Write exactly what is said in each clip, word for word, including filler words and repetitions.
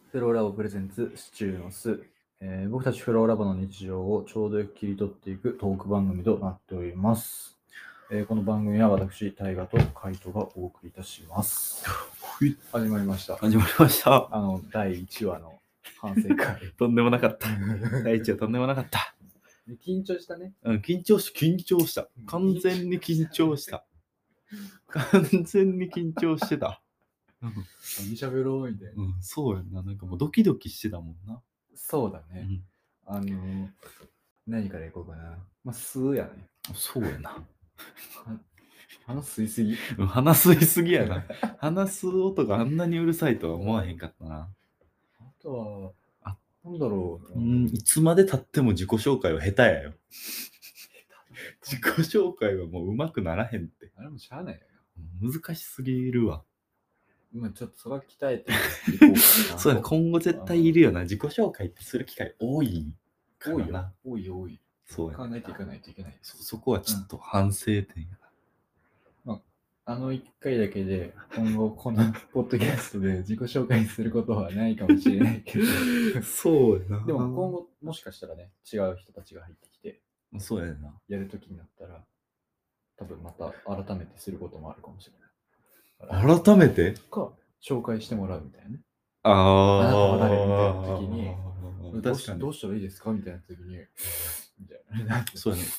フローラボプレゼンツシチューの巣、えー僕たちフローラボの日常をちょうどよく切り取っていくトーク番組となっております。えーこの番組は私、大河と海斗がお送りいたします。始まりました。 始まりました。 あの、だいいちわの反省会。 とんでもなかった。第一はとんでもなかった。 緊張したね。 うん、緊張し、緊張した。完全に緊張した。完全に緊張してた。 何喋ろうみたいな。 うん、そうやな。なんかもうドキドキしてたもんな。 そうだね。 うん、 あの、何からいこうかな。まあ、吸うやね。 そうやな。 鼻吸いすぎ。 うん鼻吸いすぎやな。鼻吸う音があんなにうるさいとは思わへんかったな。 あとは、 あなんだろう。 うん、いつまで経っても自己紹介は下手やよ。自己紹介はもう上手くならへんって。 あれもしゃあないよ難しすぎるわ。 な。今ちょっとそれは鍛えていこうかな。 そうやな、今後絶対いるよな。自己紹介ってする機会多いか多いよらな。。 多い多い。 そうやな。 考えていかないといけないです。 そそこはちょっと反省点やあの一回だけで今後このポッドキャストで自己紹介することはないかもしれないけど、 な。そうやな。 でも今後もしかしたらね、違う人たちが入ってきてそうやな。 やるときになったら、多分また改めてすることもあるかもしれない。 改めてか、紹介してもらうみたいなね。 ああなたはあ。 誰みたいな時にどうし確かに。 どうしたらいいですかみたいな時に、みたいな。 そうやね。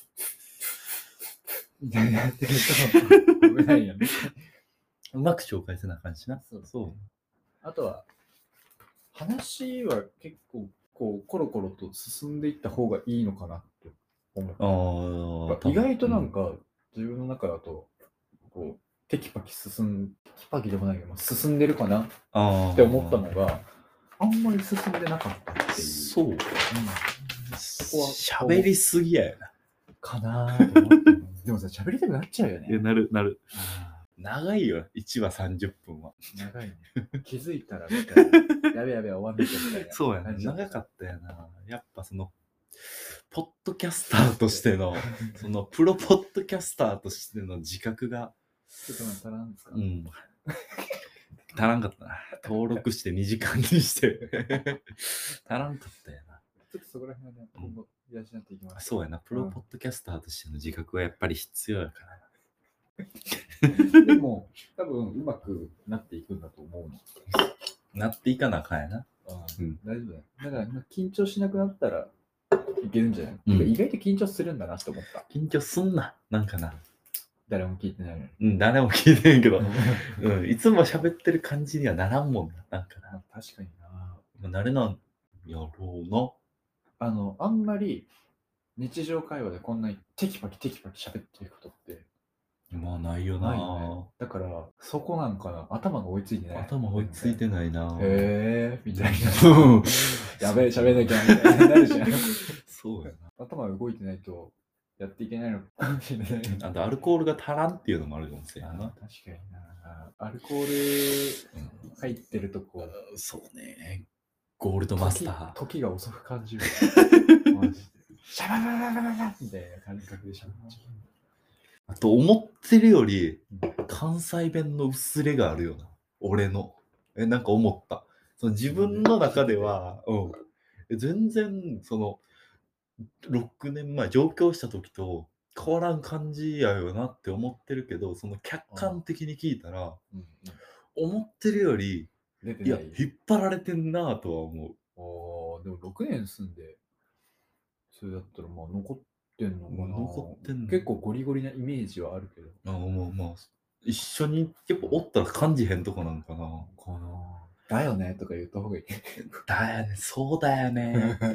みたいなやってると危ないよね。 うまく紹介せなあかんしな。 そうそう。 あとは、話は結構こうコロコロと進んでいった方がいいのかなって思う。 ああ。 意外となんか、自分の中だと、こう、テキパキ進ん、テキパキでもないけど、進んでるかなあって思ったのが、あんまり進んでなかったっていう。 そう。 うん、そこは喋りすぎやよな。 かなーと思って。でもさ、喋りたくなっちゃうよね。 いや、なる、なる。長いよ、いちわさんじゅっぷんは。 長いね。気づいたらみたいな。やべやべ、終わんなきゃみたいな。 そうやね。長かったよな。やっぱその、ポッドキャスターとしての、そのプロポッドキャスターとしての自覚が、 ちょっと待ったらんですか、 うん。足らんかったな。登録してにじかんにして。足らんかったよな。 ちょっとそこら辺はね、今後、養っていきます。 そうやな。プロポッドキャスターとしての自覚はやっぱり必要やからな。 でも、多分うまくなっていくんだと思うの。 なっていかなあかんやな。 うん、大丈夫だよ。だから今緊張しなくなったらいけるんじゃない、 うん、 意外と緊張するんだなって思った。 緊張すんな。なんかな。 誰も聞いてないのに。 うん、誰も聞いてないけど、うん、いつも喋ってる感じにはならんもんな。なんかな。 確かにな。 慣れなんやろうな。 あの、あんまり日常会話でこんなにテキパキテキパキ喋ってることってまあないよな。 ないよね。だから、そこなんかな。頭が追いついてない。 頭追いついてないな。 へえー、みたいな。やべえ、喋んなきゃみたいななるじゃん。 そうやな。 頭が動いてないとやっていけないのかもしれない。 あとアルコールが足らんっていうのもあるかもしれないな。 確かにな。アルコール入ってるとこう、 うん、そうね。ゴールドマスター。 時, 時が遅く感じる。マジで。シャババババババみたいな感覚でしょ。 あと思ってるより関西弁の薄れがあるよな。俺の。え、なんか思った。その自分の中では、うん。全然、その、ろくねんまえ上京した時と変わらん感じやよなって思ってるけど、その客観的に聞いたら、うんうん、思ってるより、いや、引っ張られてんなとは思う。 ああ、でもろくねん住んで、それだったらまあ残ってんのかな。 残ってんの結構ゴリゴリなイメージはあるけど。 ああ、まあまあ、一緒に結構おったら感じへんとこなんかな。 かな。だよねとか言った方がいい。 だよね、そうだよねって。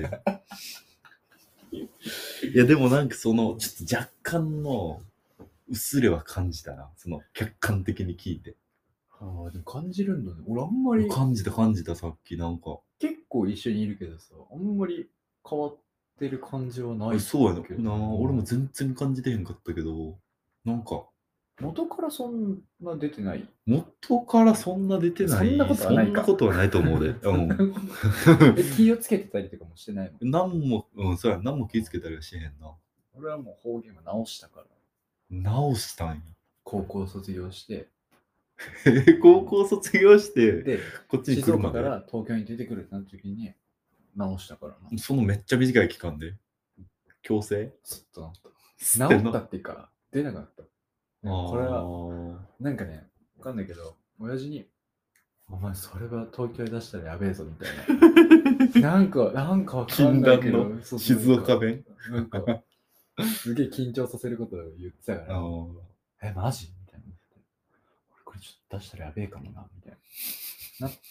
いや、でもなんかその、ちょっと若干の薄れは感じたな。その、客観的に聞いて。 ああ、でも感じるんだね。俺あんまり。 感じた感じた、さっきなんか。 結構一緒にいるけどさ、あんまり変わってる感じはない。 そうやな。な俺も全然感じてへんかったけど、なんか。 元からそんな出てない？ 元からそんな出てない。 そんなことはないか。 そんなことはないと思うで。うん、 気をつけてたりとかもしてないの？ 何も、うん、そうや、何も気をつけたりはしてへんな。 俺はもう方言は直したから。 直したんや。 高校卒業して、 高校卒業してで、 こっちに静岡か来るまで。 ら東京に出てくるってなった時に直したからな。 そのめっちゃ短い期間で強制ずっとなった。 すってんの治ったっていうか、出なかった。でもこれは、なんかね、わかんないけど、親父に、お前それは東京へ出したらやべえぞみたいな。なんか、なんかわかん禁ないけど、 断のそうそう静岡弁。 なんか、なんかすげえ緊張させることを言ってたから、え、マジみたいな。俺これちょっと出したらやべえかもな、みたいな。なって、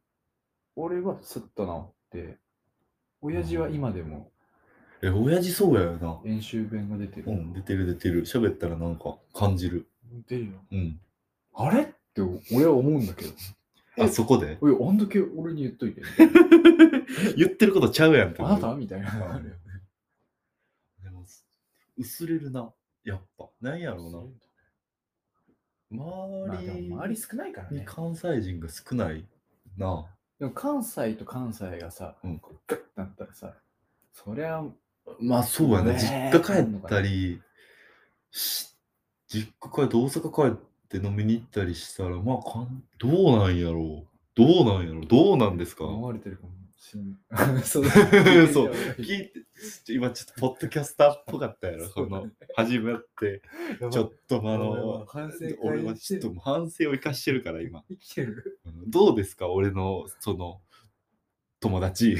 俺はスッと治って、親父は今でもえ、親父そうやよな。 演習弁が出てる。 うん、出てる出てる。喋ったらなんか感じる。 出るよ。 うん。 あれって俺は思うんだけど。 あ、そこでおい、あんだけ俺に言っといて。 言ってることちゃうやんってあ思う。 なたみたいな。 うんでも、薄れるな。やっぱ。なんやろうな。 まあ周りでも周り少ないからにね。 関西人が少ないな。 でも関西と関西がさ、 うんこうガッてなったらさ、そりゃ、 まあそうやね。 ね実家帰ったり、し実家帰って大阪帰って飲みに行ったりしたら、まあかん、どうなんやろう。どうなんやろう。どうなんですか思われてるかもしんそうそう、 聞い聞いて、ちょ今ちょっとポッドキャスターっぽかったやろ、この、始まって、ちょっとまああの、 反省会俺はちょっともう反省を生かしてるから、今。 生きてるうんどうですか、俺の、その、友達。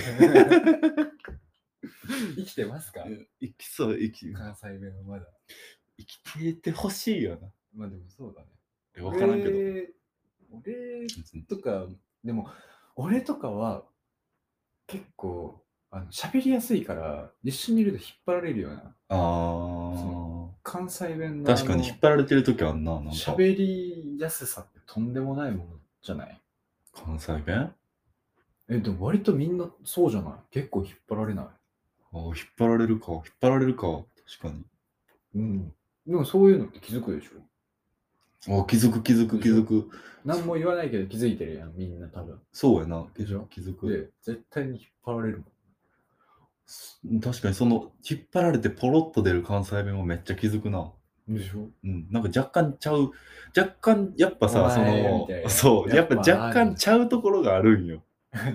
生きてますか生きそう、生き、 関西弁はまだ。 生きててほしいよな。 まあでもそうだね。 えわからんけど。 俺俺とか、でも、俺とかは結構、あの喋りやすいから、一緒にいると引っ張られるような。 あ関西弁あ、 の確かに引っ張られてる時あんな、なんか。 喋りやすさってとんでもないものじゃない関西弁え、でも割とみんなそうじゃない結構引っ張られない。 あー引っ張られるか、引っ張られるか、確かに。 うん。でもそういうのって気づくでしょあ気づく気づく気づく。 何も言わないけど気づいてるやん、みんな多分。 そうやな、気でしょづく気づく。 で、絶対に引っ張られるもん。 確かにその、引っ張られてポロッと出る関西弁はめっちゃ気づくな。 でしょうん、なんか若干ちゃう、若干やっぱさ、 おその前みたい、なそう、やっぱやっぱ若干ちゃうところがあるんよ。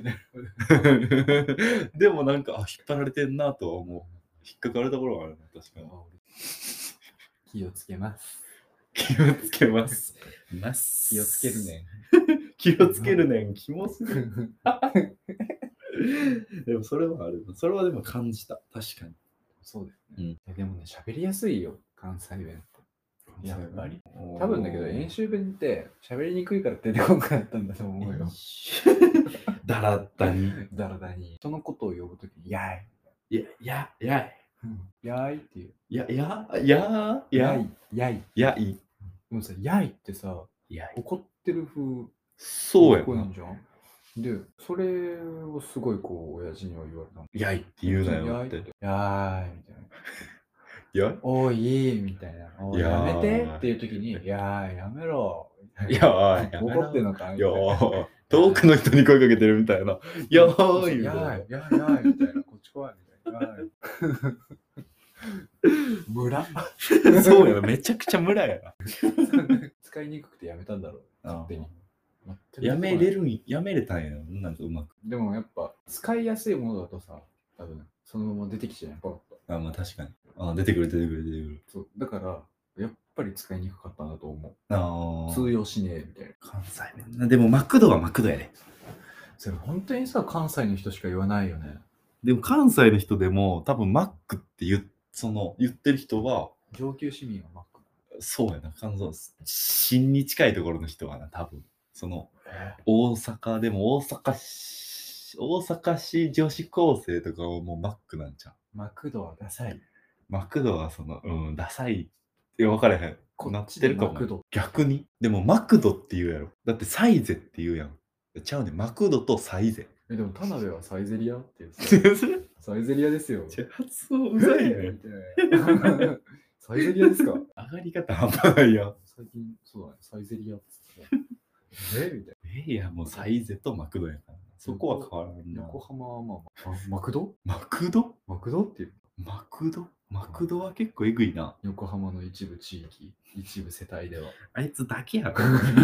でもなんか、あ、引っ張られてんなとは思う。引っかかるところがあるな、確かに。 気をつけます。 気をつけます。ます気をつける。ね気をつけるねん。気もする。でもそれはある。それはでも感じた。確かに。 そうだようんね。いやでもね、喋りやすいよ、関西弁って。やっぱり。多分だけど、演習弁って喋りにくいから出てこなかったんだと思うよ。 だらったに。 だらだに。人のことを呼ぶときに、やい。 いや、や、やい。 やいっていう。 や、や、や、やい。やい。 やい。 でもさ、やいってさ、 やい。 怒ってる風そうやな。 聞こえんじゃん。で、それをすごいこう、親父には言われたの。 やいって言うなよって。 やいって。やーいみたいな。 やおい、みたいな。おいやーやめてっていう時に、いやー、やめろ。 いやー、やめろ怒ってんのかいやみたいな。 ー、遠くの人に声かけてるみたいな。やーいみやたいな。 ーい、やーい、やーい、みたいな。こっち来い、みたいな。やーい村そうやな、めちゃくちゃ村やな。 使いにくくてやめたんだろう。勝手に。 やめれるん、やめれたんやなんかうまく。 でもやっぱ、使いやすいものだとさ、多分、そのまま出てきちゃうよ、ポロッと。 あ、まあ確かに。あ、出てくる出てくる出てくる。 そう。だから、やっぱり使いにくかったんだと思う。 ああ。 通用しねえ、みたいな。 関西弁な。でもマクドはマクドやで。 それ本当にさ、関西の人しか言わないよね。 でも関西の人でも多分マックって言う、その言ってる人は、 上級市民はマック。 そうやな、関西、新に近いところの人はな、多分。その、大阪でも大阪市、大阪市女子高生とかはもうマックなんちゃう。 マクドはダサい。 マクドはその、うん、ダサいって分からへん。 こなっっちでてるかも。 マクド。 逆に。でもマクドって言うやろ。だってサイゼって言うやん。ちゃうねん、マクドとサイゼ。 え、でも田辺はサイゼリアって言ってた。サイゼリアですよ。 発音うざいね。 みたいな。サイゼリアですか上がり方半端ないやん。 最近、そうだね。サイゼリアっつってた。えみたいえいや、もうサイゼとマクドやから。そこは変わらんな。 な。 横浜はまあまあ、あマクドマクドマクドっていう。 マクドマクドは結構えぐいな。 横浜の一部地域、一部世帯では。 あいつだけやろ。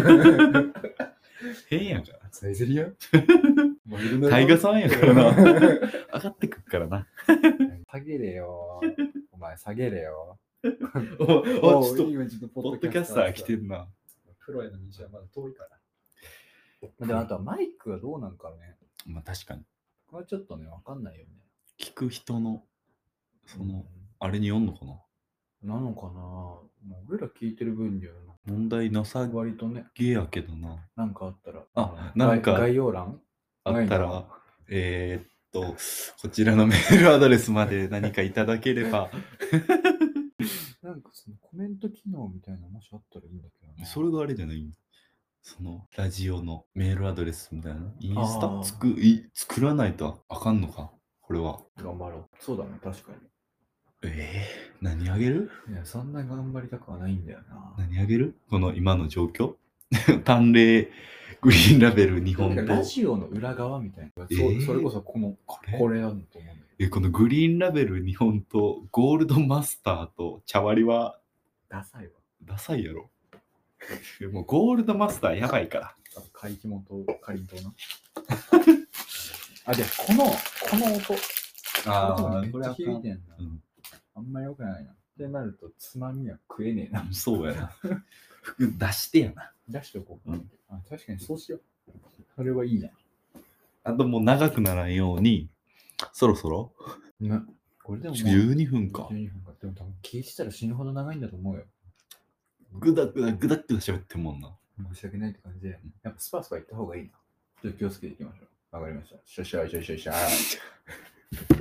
変やから。 サイゼリアタイガさんやからな。上がってくっからな。 下げれよ。お前下げれよ。 おお、ちょっと、 今ちょっとポポッドキャスター来てんな。 プロへの道はまだ遠いから。でもあとはマイクはどうなんかね。 まあ確かに。 これはちょっとね、わかんないよね。 聞く人の、その、あれによんのかな。 なのかな、もう俺ら聞いてる分には問題なさ割とね、 げやけどな。 なんかあったら。 あ、 のなんか概概要欄あったないなら、えーっと、こちらのメールアドレスまで何かいただければ、 なんかそのコメント機能みたいなのもしあったらいいんだけどな。 それがあれじゃないんその、ラジオのメールアドレスみたいな。インスタあーつくい作らないとあかんのかこれは。 頑張ろう。そうだね、確かえー、何あげるに。いや、そんな頑張りたくはないんだよな。 何あげるこの今の状況淡麗グリーンラベル日本なんかラと。 ジオの裏側みたいな。 えーそうそれこそこの、 これこれなんだと思うんだけえ、このグリーンラベル日本とゴールドマスターと茶割りはど。ダサいわ。 ダサいやろ。でもゴールドマスターやばいから。 あと、怪奇モとかりんとうな。あ、で、この、この音。 あこれめっちゃ響いてんな。 うんあんま良くないな。ってなると、つまみは食えねえな。 そうやな。出してやな。 出しておこう。 うんあ、確かにそうしよう。それはいいね。 あともう長くならんように、そろそろね。これでももうじゅうにふんかじゅ。うにふんか。でも多分聞いてたら死ぬほど長いんだと思うよ。 ぐだぐだぐだって喋ってんもんな。 申し訳ないって感じで、やっぱスパースパ行った方がいいな。ちょっと気をつけていきましょう。わかりました。しゃしゃいしゃいしゃいしゃい。